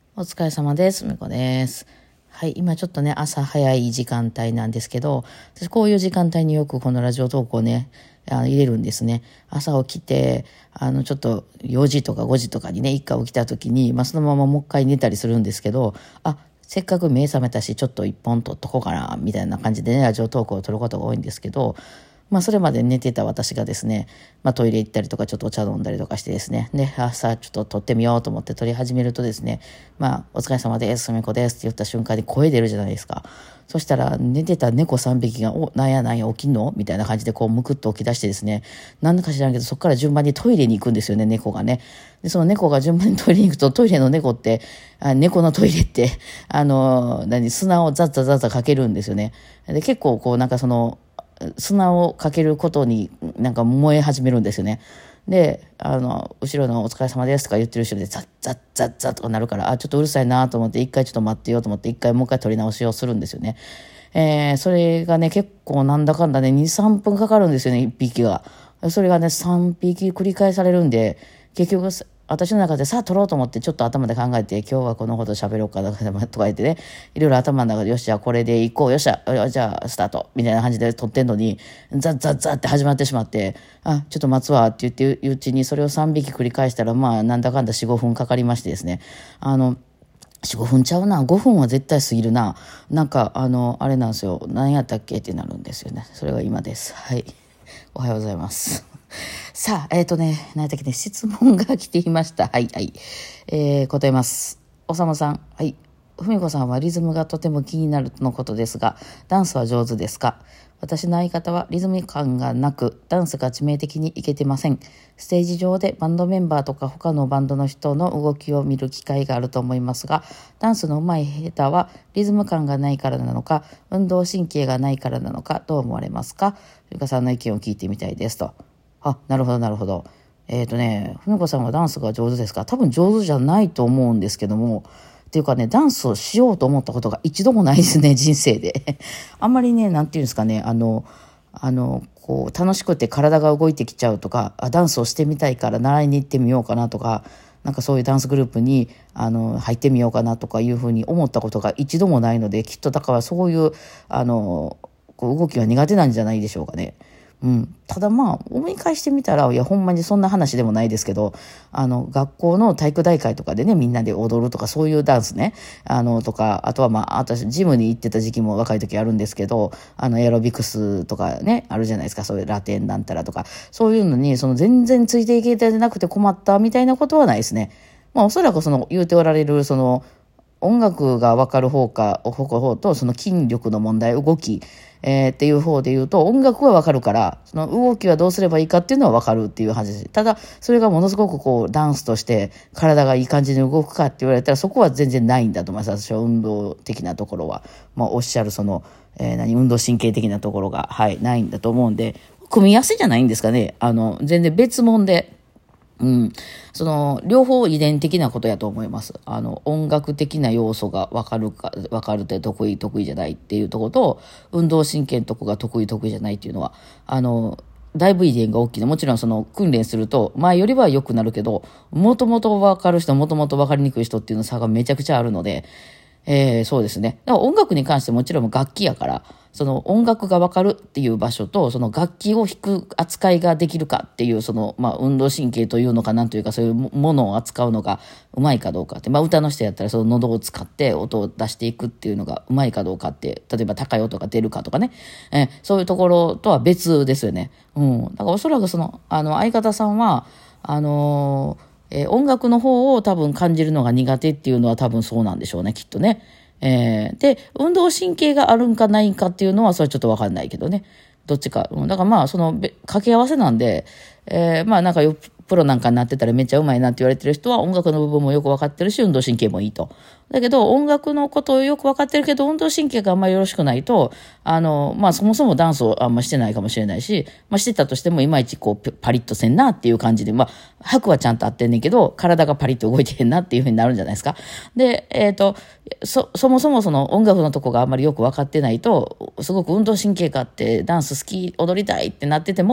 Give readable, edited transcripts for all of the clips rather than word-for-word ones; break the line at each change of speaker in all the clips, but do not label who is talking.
お疲れ様です。みこです。はい、今ちょっとね、朝早い時間帯なんですけど、私こういう時間帯によくこのラジオ投稿ね、入れるんですね。朝起きて、ちょっと4時とか5時とかにね、一回起きた時に、そのままもう一回寝たりするんですけど、せっかく目覚めたし、ちょっと一本取っとこうかな、みたいな感じでね、ラジオ投稿を取ることが多いんですけど、それまで寝てた私がですね、トイレ行ったりとか、ちょっとお茶飲んだりとかしてですね、で、朝ちょっと撮ってみようと思って撮り始めるとですね、お疲れ様です、すみこですって言った瞬間に声出るじゃないですか。そしたら、寝てた猫3匹が、なんやなんや起きんのみたいな感じでこう、むくっと起き出してですね、なんだか知らんけど、そこから順番にトイレに行くんですよね、猫がね。で、その猫が順番にトイレに行くと、トイレの猫って、猫のトイレって、砂をザッザザッザかけるんですよね。で、結構こう、砂をかけることに燃え始めるんですよね。で、後ろのお疲れ様ですとか言ってる後ろでザッザッザッザッとかなるから、ちょっとうるさいなと思って、一回ちょっと待ってよと思って、一回もう一回撮り直しをするんですよね。それがね、結構なんだかんだね、2、3分かかるんですよね、1匹が。それがね、3匹繰り返されるんで、結局、私の中でさあ撮ろうと思ってちょっと頭で考えて、今日はこのこと喋ろうかなとか言ってね、いろいろ頭の中でよしじゃあこれで行こう、よっしゃ、じゃあスタートみたいな感じで撮ってんのに、ザッザッザッって始まってしまって、ちょっと待つわって言ってるうちにそれを3匹繰り返したら、なんだかんだ4、5分かかりましてですね、4、5分ちゃうな。5分は絶対過ぎるな。あれなんですよ。何やったっけってなるんですよね。それが今です。はい。おはようございます。さあ、何やったっけね、質問が来ていました。はい、はい。答えます。おさむさん。はい。ふみこさんはリズムがとても気になるとのことですが、ダンスは上手ですか？私の相方はリズム感がなく、ダンスが致命的にいけてません。ステージ上でバンドメンバーとか他のバンドの人の動きを見る機会があると思いますが、ダンスの上手い下手はリズム感がないからなのか、運動神経がないからなのか、どう思われますか？ふみこさんの意見を聞いてみたいですと。なるほど、なるほど。ふみこさんはダンスが上手ですか？多分上手じゃないと思うんですけども、っていうかね、ダンスをしようと思ったことが一度もないですね、人生で。あんまりね、なんていうんですかね、こう、楽しくて体が動いてきちゃうとか、ダンスをしてみたいから習いに行ってみようかなとか、そういうダンスグループに、入ってみようかなとかいうふうに思ったことが一度もないので、きっとだからそういう、こう動きが苦手なんじゃないでしょうかね。ただ思い返してみたら、いやほんまにそんな話でもないですけど、学校の体育大会とかでね、みんなで踊るとかそういうダンスね、とか、あとは私ジムに行ってた時期も若い時あるんですけど、エアロビクスとかね、あるじゃないですか、そういうラテンなんたらとか、そういうのに、全然ついていけてなくて困ったみたいなことはないですね。おそらく言うておられる、音楽が分かる方と、その筋力の問題、動き、っていう方で言うと、音楽は分かるから、その動きはどうすればいいかっていうのは分かるっていう話です。ただ、それがものすごくこう、ダンスとして体がいい感じに動くかって言われたら、そこは全然ないんだと思います。私は運動的なところは。おっしゃる運動神経的なところが、はい、ないんだと思うんで、組み合わせじゃないんですかね。全然別物で、両方遺伝的なことやと思います。音楽的な要素が分かるって得意じゃないっていうところと、運動神経のとこが得意じゃないっていうのは、だいぶ遺伝が大きいの。もちろん訓練すると、前よりは良くなるけど、もともと分かる人、もともと分かりにくい人っていうの差がめちゃくちゃあるので、そうですね。だから音楽に関してもちろん楽器やから、音楽がわかるっていう場所と、楽器を弾く扱いができるかっていう、運動神経というのかなんというか、そういうものを扱うのがうまいかどうかって、歌の人やったら喉を使って音を出していくっていうのがうまいかどうかって、例えば高い音が出るかとかね、そういうところとは別ですよね。だからおそらく相方さんは、音楽の方を多分感じるのが苦手っていうのは多分そうなんでしょうね、きっとね。で、運動神経があるんかないんかっていうのはそれちょっとわかんないけどね。どっちか。だから掛け合わせなんで、プロなんかになってたらめっちゃうまいなって言われてる人は音楽の部分もよくわかってるし、運動神経もいいと。だけど、音楽のことをよくわかってるけど、運動神経があんまりよろしくないと、そもそもダンスをあんましてないかもしれないし、してたとしてもいまいちこう、パリッとせんなっていう感じで、拍はちゃんと合ってんねんけど、体がパリッと動いてへんなっていう風になるんじゃないですか。で、そもそも音楽のとこがあんまりよくわかってないと、すごく運動神経があって、ダンス好き、踊りたいってなってても、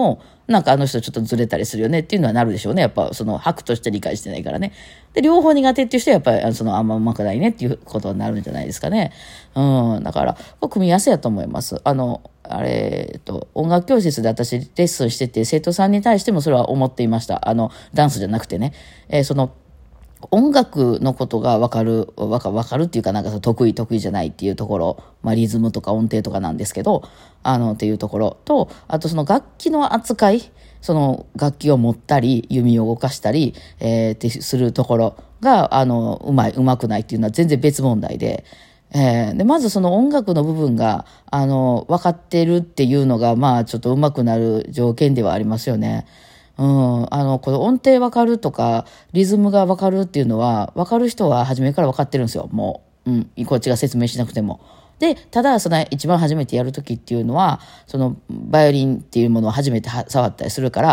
なんかあの人ちょっとずれたりするよねっていうのはなるでしょうね。やっぱその拍として理解してないからね。で、両方苦手っていう人はやっぱりあんまうまくないねっていうことになるんじゃないですかね。だから、組み合わせやと思います。音楽教室で私レッスンしてて、生徒さんに対してもそれは思っていました。ダンスじゃなくてね。音楽のことがわかるっていうか、なんか得意じゃないっていうところ、リズムとか音程とかなんですけど、っていうところと、あとその楽器の扱い、その楽器を持ったり、弓を動かしたり、ってするところが、うまくないっていうのは全然別問題で、で、まずその音楽の部分が、分かってるっていうのが、ちょっと上手くなる条件ではありますよね。この音程わかるとか、リズムがわかるっていうのは、わかる人は初めからわかってるんですよ、もう。こっちが説明しなくても。で、ただ、一番初めてやるときっていうのは、バイオリンっていうものを初めて触ったりするから、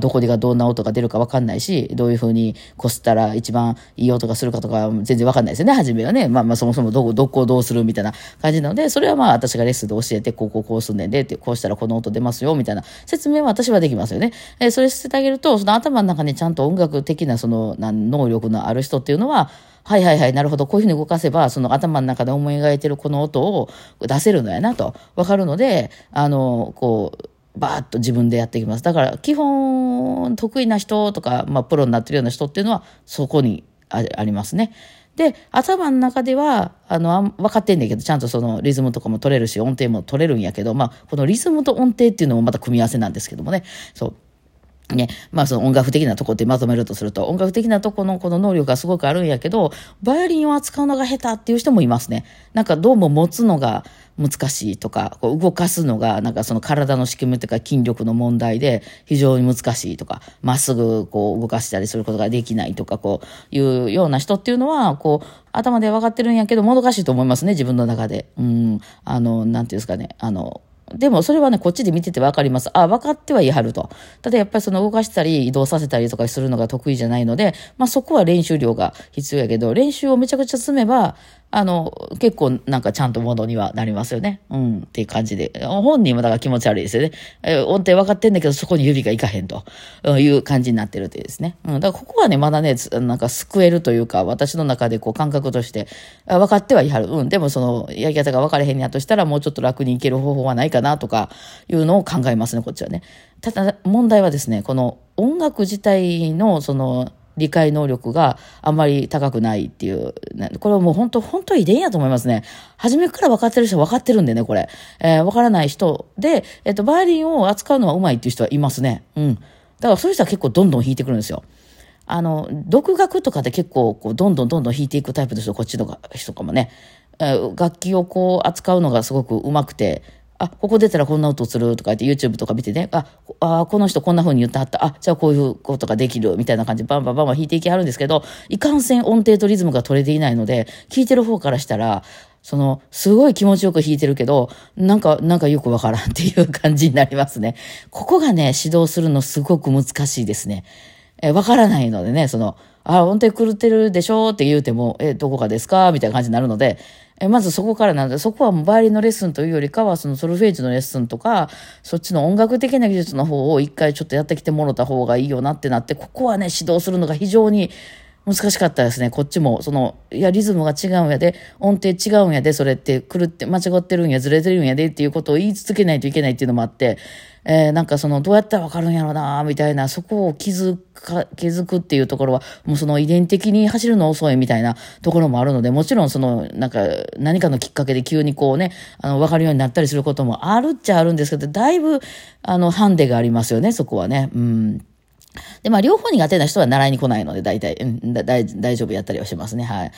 どこでどんな音が出るかわかんないし、どういうふうにこすったら一番いい音がするかとか、全然わかんないですよね、初めはね。そもそもどこをどうするみたいな感じなので、それは私がレッスンで教えて、こうすんねんで、ってこうしたらこの音出ますよ、みたいな説明は私はできますよね。それしてあげると、頭の中にちゃんと音楽的な能力のある人っていうのは、はいはいはい、なるほど。こういうふうに動かせば、頭の中で思い描いてるこの音を出せるのやなと、わかるので、バーッと自分でやっていきます。だから、基本、得意な人とか、プロになってるような人っていうのは、そこにありますね。で、頭の中では、分かってんねんけど、ちゃんとリズムとかも取れるし、音程も取れるんやけど、このリズムと音程っていうのもまた組み合わせなんですけどもね。そう。ね。音楽的なとこってまとめるとすると、音楽的なとこのこの能力がすごくあるんやけど、バイオリンを扱うのが下手っていう人もいますね。なんかどうも持つのが難しいとか、動かすのが、なんか体の仕組みとか筋力の問題で非常に難しいとか、まっすぐ動かしたりすることができないとか、いうような人っていうのは、頭で分かってるんやけど、もどかしいと思いますね、自分の中で。なんていうんですかね、でもそれはね、こっちで見ててわかります。分かってはいはると。ただやっぱり動かしたり移動させたりとかするのが得意じゃないので、そこは練習量が必要やけど、練習をめちゃくちゃ積めば、結構なんかちゃんとものにはなりますよね。っていう感じで。本人もだから気持ち悪いですよね。音程分かってんだけど、そこに指がいかへんという感じになってるってですね。だからここはね、まだね、なんか救えるというか、私の中で感覚として、分かってはいはる。でもやり方が分かれへんやとしたら、もうちょっと楽にいける方法はないかなとか、いうのを考えますね、こっちはね。ただ、問題はですね、この音楽自体の理解能力があんまり高くないっていう、これはもう本当遺伝やと思いますね。初めから分かってる人は分かってるんでね、これ。分からない人で、バイオリンを扱うのは上手いっていう人はいますね。だからそういう人は結構どんどん弾いてくるんですよ。独学とかで結構どんどん弾いていくタイプの人、こっちの人かもね。楽器を扱うのがすごく上手くて、ここ出たらこんな音するとか言って YouTube とか見てね、この人こんな風に言ってはった、じゃあこういうことができるみたいな感じでバンバン弾いていきはるんですけど、いかんせん音程とリズムが取れていないので、聴いてる方からしたら、すごい気持ちよく弾いてるけど、なんかよくわからんっていう感じになりますね。ここがね、指導するのすごく難しいですね。わからないのでね、音程狂ってるでしょって言うても、どこかですかみたいな感じになるので、まずそこからなんで、そこはもうバイオリンのレッスンというよりかは、ソルフェージュのレッスンとか、そっちの音楽的な技術の方を一回ちょっとやってきてもろた方がいいよなってなって、ここはね、指導するのが非常に難しかったですね。こっちも、リズムが違うんやで、音程違うんやで、それって狂って間違ってるんや、ずれてるんやでっていうことを言い続けないといけないっていうのもあって、なんかどうやったらわかるんやろうな、みたいな、そこを気づくっていうところは、もう遺伝的に走るの遅いみたいなところもあるので、もちろんなんか、何かのきっかけで急にわかるようになったりすることもあるっちゃあるんですけど、だいぶ、ハンデがありますよね、そこはね。で、両方苦手な人は習いに来ないので、大体、大丈夫やったりはしますね。はい。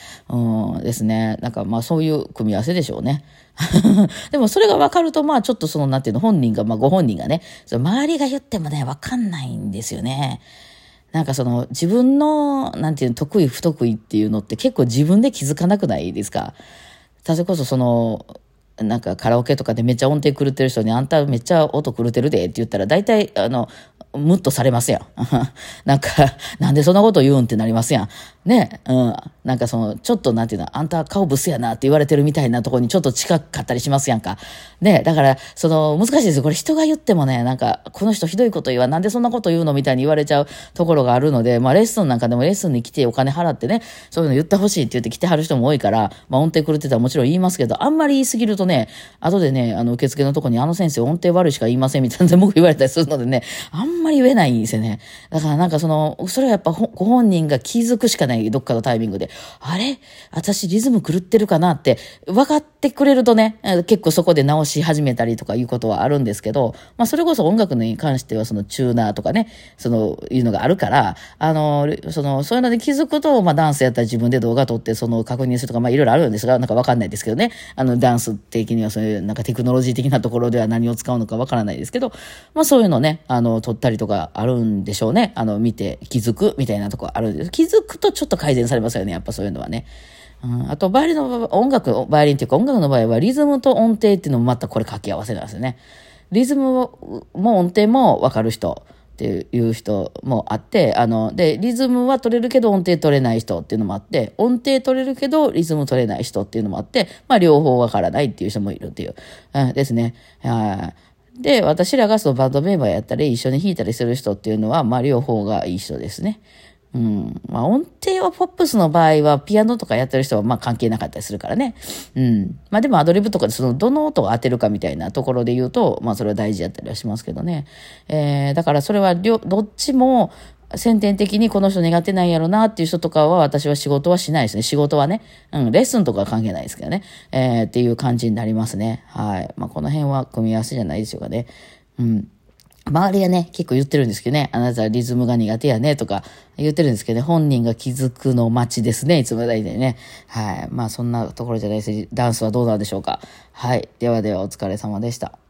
ですね。なんか、そういう組み合わせでしょうね。でも、それが分かると、ちょっとなんていうの、本人が、ご本人がね、周りが言ってもね、分かんないんですよね。なんか自分の、なんていうの、得意不得意っていうのって結構自分で気づかなくないですか？それこそなんかカラオケとかでめっちゃ音程狂ってる人に、あんためっちゃ音狂ってるでって言ったら、大体、ムッとされますやん。なんか、なんでそんなこと言うんってなりますやん。 ね、うん。なんかちょっとなんていうの、あんた顔ブスやなって言われてるみたいなところにちょっと近かったりしますやんか。ね、だから、難しいですよ。これ人が言ってもね、なんか、この人ひどいこと言うわ、なんでそんなこと言うのみたいに言われちゃうところがあるので、まあレッスンなんかでもレッスンに来てお金払ってね、そういうの言ってほしいって言って来てはる人も多いから、まあ音程狂ってたらもちろん言いますけど、あんまり言いすぎるとね、後でね、受付のとこに先生音程悪いしか言いませんみたいな僕言われたりするのでね、あんまり言えないんですよね。だからなんかそれはやっぱご本人が気づくしかない、どっかのタイミングで。あれ私リズム狂ってるかなって分かってくれるとね、結構そこで直し始めたりとかいうことはあるんですけど、まあそれこそ音楽に関してはチューナーとかね、いうのがあるから、そういうので気づくと、まあダンスやったら自分で動画撮って確認するとか、まあいろいろあるんですが、なんか分かんないですけどね、ダンス的にはそういうなんかテクノロジー的なところでは何を使うのか分からないですけど、まあそういうのね、撮ったりとかあるんでしょうね。見て気づくみたいなところあるんです。気づくとちょっと改善されますよね、やっぱそういうのはね。あと、バイオリンっていうか音楽の場合はリズムと音程っていうのもまたこれ掛け合わせなんですよね。リズムも音程も分かる人っていう人もあって、で、リズムは取れるけど音程取れない人っていうのもあって、音程取れるけどリズム取れない人っていうのもあって、まあ両方分からないっていう人もいるっていう、ですね。で、私らがバンドメンバーやったり一緒に弾いたりする人っていうのは、まあ両方がいい人ですね。うん。まあ音程はポップスの場合はピアノとかやってる人はまあ関係なかったりするからね。うん。まあでもアドリブとかでどの音を当てるかみたいなところで言うと、まあそれは大事やったりはしますけどね。だからそれはどっちも先天的にこの人苦手なんやろなっていう人とかは私は仕事はしないですね。仕事はね。うん。レッスンとかは関係ないですけどね。っていう感じになりますね。はい。まあこの辺は組み合わせじゃないでしょうかね。うん。周りはね、結構言ってるんですけどね、あなたはリズムが苦手やねとか言ってるんですけどね、本人が気づくの待ちですね、いつも大体ね。はい。まあそんなところじゃないです。ダンスはどうなんでしょうか。はい。ではではお疲れ様でした。